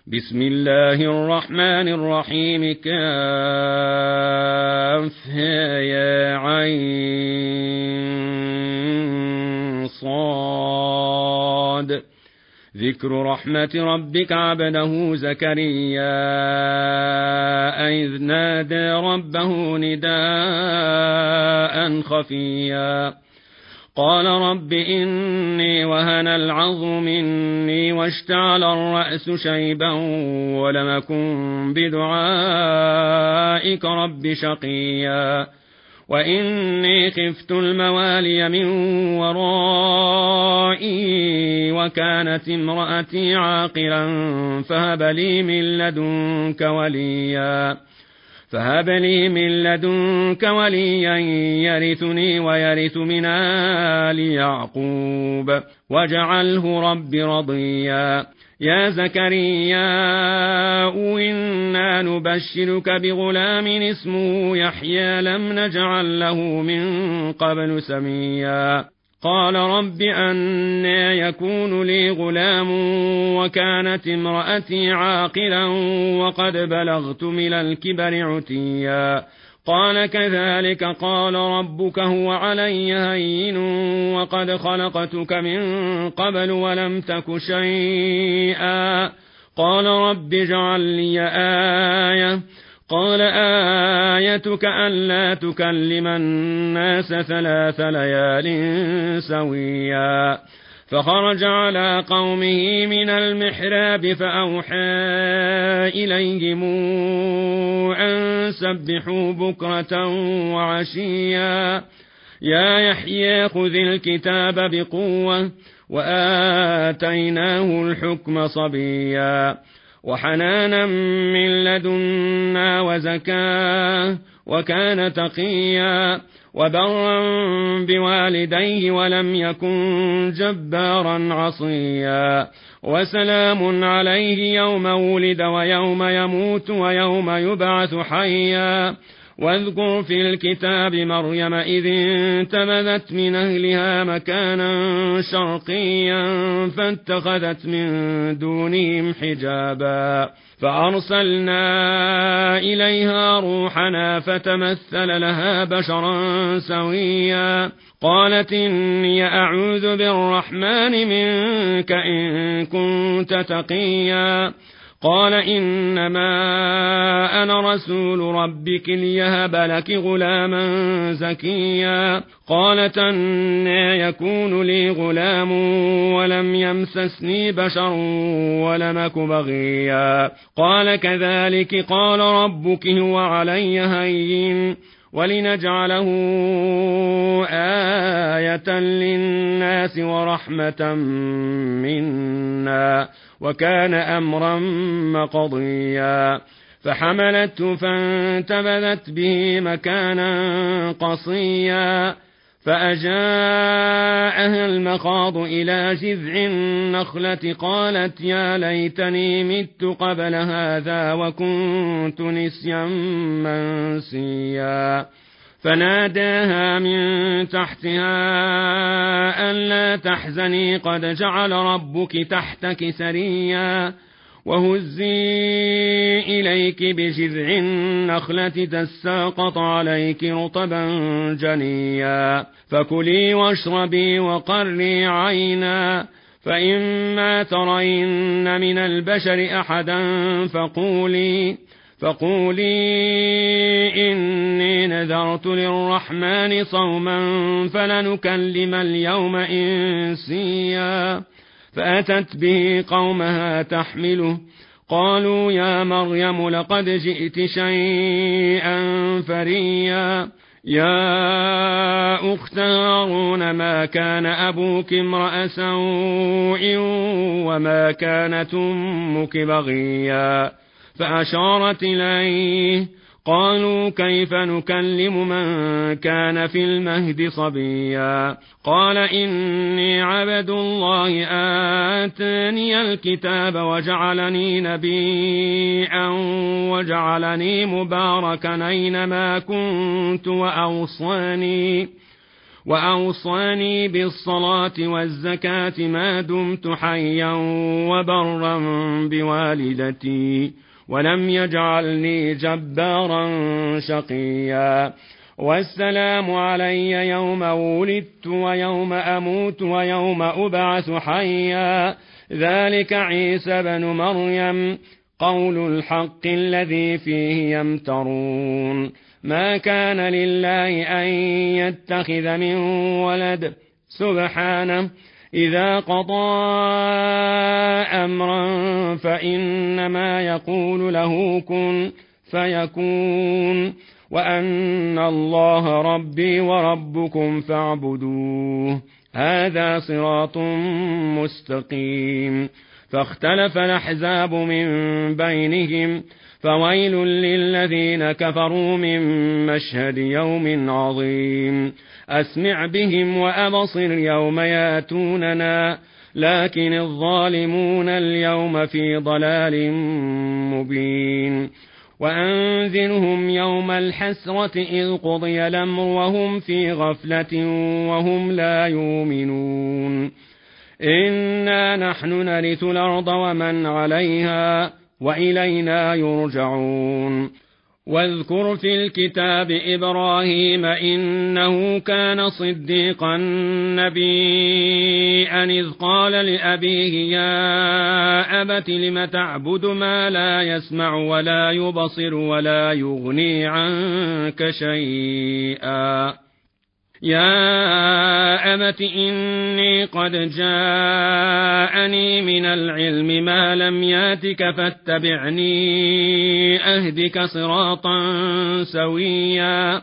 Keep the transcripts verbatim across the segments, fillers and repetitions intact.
بسم الله الرحمن الرحيم كافها يا عين صاد ذكر رحمة ربك عبده زكريا إذ نادى ربه نداء خفيا قال رب إني وهن العظم مني واشتعل الرأس شيبا ولم أكن بدعائك رب شقيا وإني خفت الموالي من ورائي وكانت امرأتي عاقرا فهب لي من لدنك وليا فهب لي من لدنك وليا يرثني ويرث من آل يعقوب واجعله رب رضيا يا زكريا إنا نبشرك بغلام اسمه يحيى لم نجعل له من قبل سميا قال رب أنى يكون لي غلام وكانت امرأتي عاقلا وقد بلغت من الكبر عتيا قال كذلك قال ربك هو علي هين وقد خلقتك من قبل ولم تك شيئا قال رب اجعل لي آية قال آيتك ألا تكلم الناس ثلاث ليال سويا فخرج على قومه من المحراب فأوحى إليهم أن سبحوا بكرة وعشيا يا يحيى خذ الكتاب بقوة وآتيناه الحكم صبيا وحنانا من لدنا وزكاة وكان تقيا وبرا بوالديه ولم يكن جبارا عصيا وسلام عليه يوم ولد ويوم يموت ويوم يبعث حيا واذكر في الكتاب مريم إذ انتبذت من أهلها مكانا شرقيا فاتخذت من دونهم حجابا فأرسلنا إليها روحنا فتمثل لها بشرا سويا قالت إني أعوذ بالرحمن منك إن كنت تقيا قال إنما أنا رسول ربك ليهب لك غلاما زكيا قالت أنى يكون لي غلام ولم يمسسني بشر ولم أك بغيا قال كذلك قال ربك هو علي هين ولنجعله آية للناس ورحمة منا وكان أمرا مقضيا فحملته فانتبذت به مكانا قصيا فأجاءها المخاض إلى جذع النخلة قالت يا ليتني مت قبل هذا وكنت نسيا منسيا فناداها من تحتها ألا تحزني قد جعل ربك تحتك سريا وهزي إليك بجذع النخلة تساقط عليك رطبا جنيا فكلي واشربي وقري عينا فإما ترين من البشر أحدا فقولي فقولي إني نذرت للرحمن صوما فلنكلم اليوم إنسيا فأتت به قومها تحمله قالوا يا مريم لقد جئت شيئا فريا يا أخت هارون ما كان أبوك امرأ سوء وما كانت أمك بغيا فأشارت إليه قالوا كيف نكلم من كان في المهد صبيا قال إني عبد الله آتاني الكتاب وجعلني نبيا وجعلني مباركا أينما كنت وأوصاني وأوصاني بالصلاة والزكاة ما دمت حيا وبرا بوالدتي ولم يجعلني جبارا شقيا والسلام علي يوم ولدت ويوم أموت ويوم أبعث حيا ذلك عيسى بن مريم قول الحق الذي فيه يمترون ما كان لله أن يتخذ من ولد سبحانه إذا قضى أمرا فإنما يقول له كن فيكون وأن الله ربي وربكم فاعبدوه هذا صراط مستقيم فاختلف الأحزاب من بينهم فويل للذين كفروا من مشهد يوم عظيم أسمع بهم وأبصر يوم ياتوننا لكن الظالمون اليوم في ضلال مبين وأنذرهم يوم الحسرة إذ قضي الأمر وهم في غفلة وهم لا يؤمنون إنا نحن نرث الأرض ومن عليها وإلينا يرجعون واذكر في الكتاب إبراهيم إنه كان صديقا نبيا إذ قال لأبيه يا أبت لم تعبد ما لا يسمع ولا يبصر ولا يغني عنك شيئا يا أبت إني قد جاءني من العلم ما لم ياتك فاتبعني أهدك صراطا سويا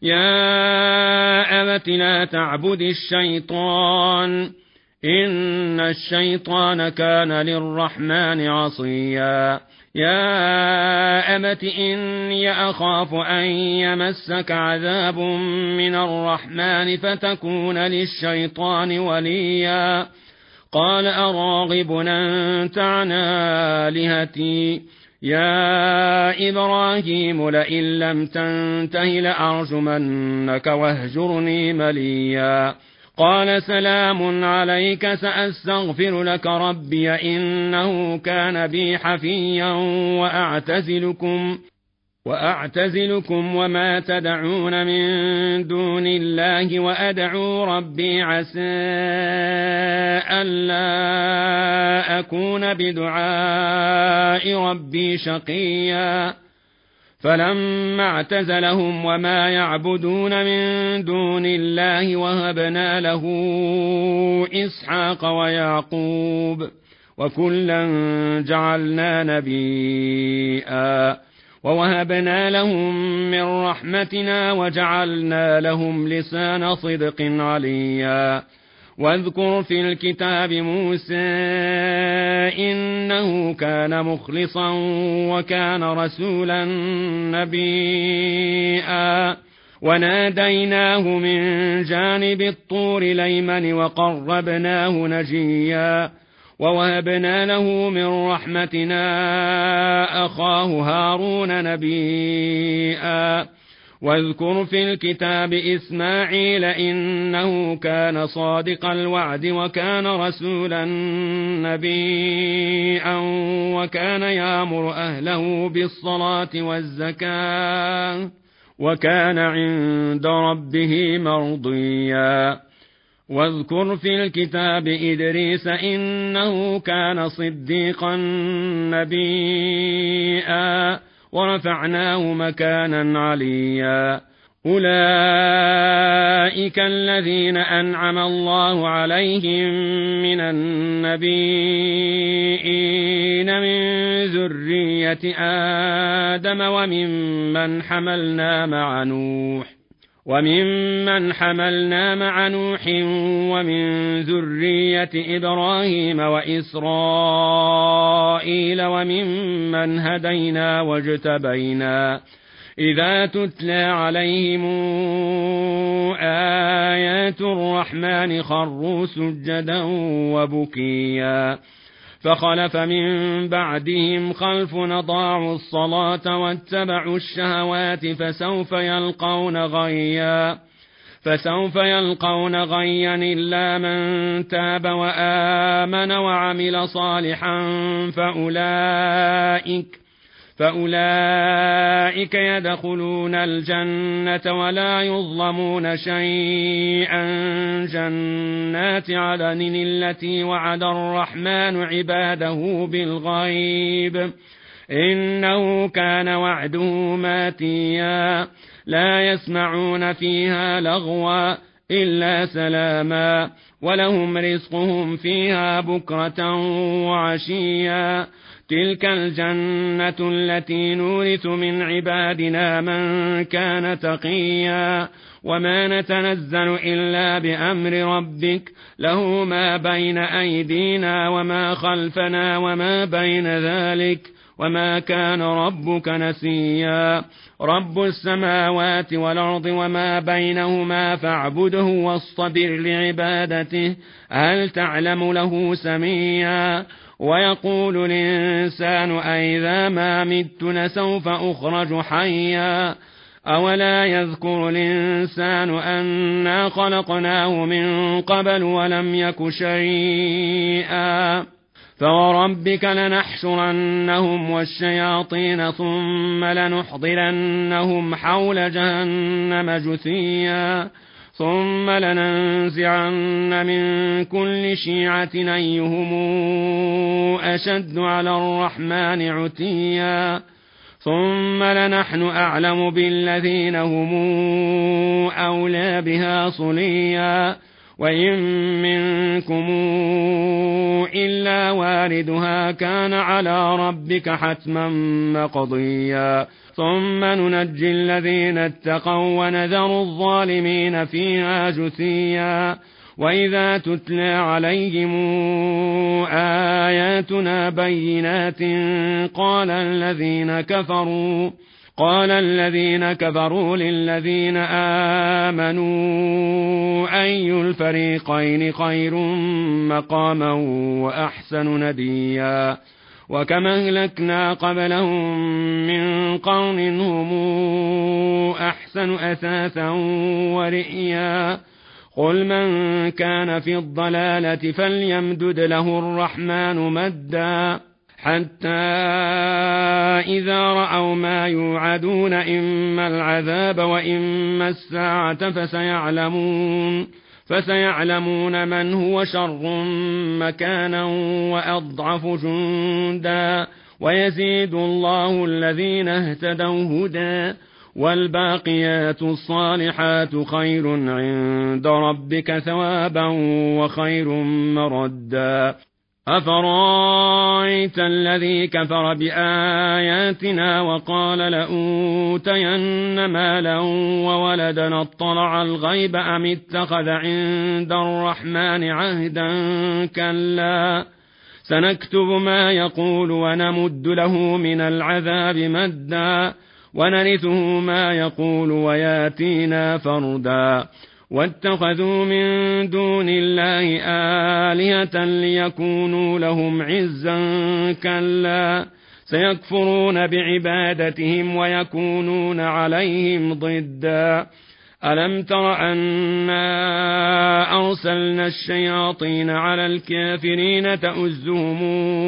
يا أبت لا تعبد الشيطان إن الشيطان كان للرحمن عصيا يا أبت إني أخاف أن يمسك عذاب من الرحمن فتكون للشيطان وليا قال أراغب أنت عن آلهتي يا إبراهيم لئن لم تنته لأرجمنك واهجرني مليا قال سلام عليك سأستغفر لك ربي إنه كان بي حفيا وأعتزلكم وأعتزلكم وما تدعون من دون الله وأدعو ربي عسى ألا أكون بدعاء ربي شقيا فلما اعتزلهم وما يعبدون من دون الله وهبنا له إسحاق ويعقوب وكلا جعلنا نبيا ووهبنا لهم من رحمتنا وجعلنا لهم لسان صدق عليا واذكر في الكتاب موسى إنه كان مخلصا وكان رسولا نبيا وناديناه من جانب الطور الأيمن وقربناه نجيا ووهبنا له من رحمتنا أخاه هارون نبيا واذكر في الكتاب إسماعيل إنه كان صادق الوعد وكان رسولا نبيا وكان يأمر أهله بالصلاة والزكاة وكان عند ربه مرضيا واذكر في الكتاب إدريس إنه كان صديقا نبيا ورفعناه مكانا عليا أولئك الذين أنعم الله عليهم من النبيين من ذرية آدم وممن حملنا مع نوح وممن حملنا مع نوح ومن ذرية إبراهيم وإسرائيل وممن هدينا واجتبينا إذا تتلى عليهم آيات الرحمن خروا سجدا وبكيا فخلف من بعدهم خلف أضاعوا الصلاة واتبعوا الشهوات فسوف يلقون غيا فسوف يلقون غيا إلا من تاب وآمن وعمل صالحا فأولئك فأولئك يدخلون الجنة ولا يظلمون شيئا. جنات عدن التي وعد الرحمن عباده بالغيب إنه كان وعده ماتيا. لا يسمعون فيها لغوا إلا سلاما ولهم رزقهم فيها بكرة وعشيا. تلك الجنة التي نورث من عبادنا من كان تقيا. وما نتنزل إلا بأمر ربك له ما بين أيدينا وما خلفنا وما بين ذلك وما كان ربك نسيا. رب السماوات والأرض وما بينهما فاعبده واصطبر لعبادته هل تعلم له سميا. ويقول الإنسان أئذا ما مت لسوف أخرج حيا. أولا يذكر الإنسان أنا خلقناه من قبل ولم يك شيئا. فوربك لنحشرنهم والشياطين ثم لنحضرنهم حول جهنم جثيا. ثم لننزعن من كل شيعة أيهم أشد على الرحمن عتيا. ثم لنحن أعلم بالذين هم أولى بها صليا. وإن منكم إلا واردها كان على ربك حتما مقضيا. ثم ننجي الذين اتقوا ونذر الظالمين فيها جثيا. وإذا تتلى عليهم آياتنا بينات قال الذين كفروا قال الذين كفروا للذين آمنوا أي الفريقين خير مقاما وأحسن نديا. وكما أهلكنا قبلهم من قرن هم أحسن أثاثا ورئيا. قل من كان في الضلالة فليمدد له الرحمن مدا حتى إذا رأوا ما يوعدون إما العذاب وإما الساعة فسيعلمون فسيعلمون من هو شر مكانا وأضعف جندا. ويزيد الله الذين اهتدوا هدى والباقيات الصالحات خير عند ربك ثوابا وخير مردا. أفرأيت الذي كفر بآياتنا وقال لأوتين مالا وولدا اطلع الغيب أم اتخذ عند الرحمن عهدا كلا سنكتب ما يقول ونمد له من العذاب مدا ونرثه ما يقول وياتينا فردا. واتخذوا من دون الله آلهة ليكونوا لهم عزا كلا سيكفرون بعبادتهم ويكونون عليهم ضدا. ألم تر أنا أرسلنا الشياطين على الكافرين تؤزهم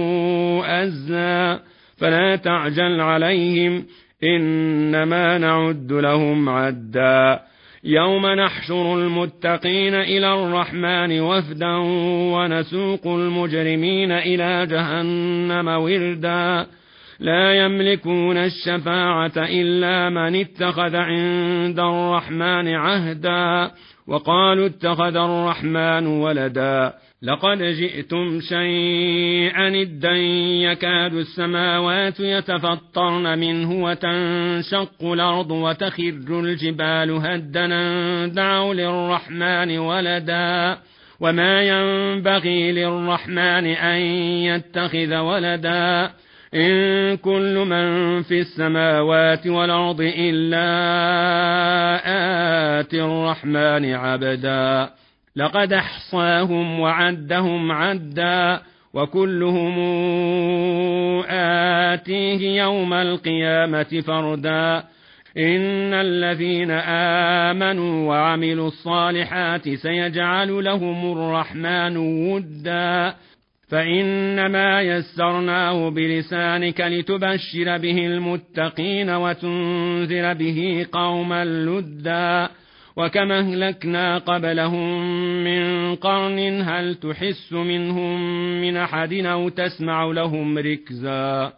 أزا فلا تعجل عليهم إنما نعد لهم عدا. يوم نحشر المتقين إلى الرحمن وفدا ونسوق المجرمين إلى جهنم وردا. لا يملكون الشفاعة إلا من اتخذ عند الرحمن عهدا وقالوا اتخذ الرحمن ولدا. لقد جئتم شيئا إدا يكاد السماوات يتفطرن منه وتنشق الأرض وتخر الجبال هدنا دعوا للرحمن ولدا وما ينبغي للرحمن أن يتخذ ولدا. إن كل من في السماوات والأرض إلا آتي الرحمن عبدا. لقد أحصاهم وعدهم عدا وكلهم آتيه يوم القيامة فردا. إن الذين آمنوا وعملوا الصالحات سيجعل لهم الرحمن ودا فإنما يسرناه بلسانك لتبشر به المتقين وتنذر به قوما لدا وكما أهلكنا قبلهم من قرن هل تحس منهم من أحد أو تسمع لهم ركزا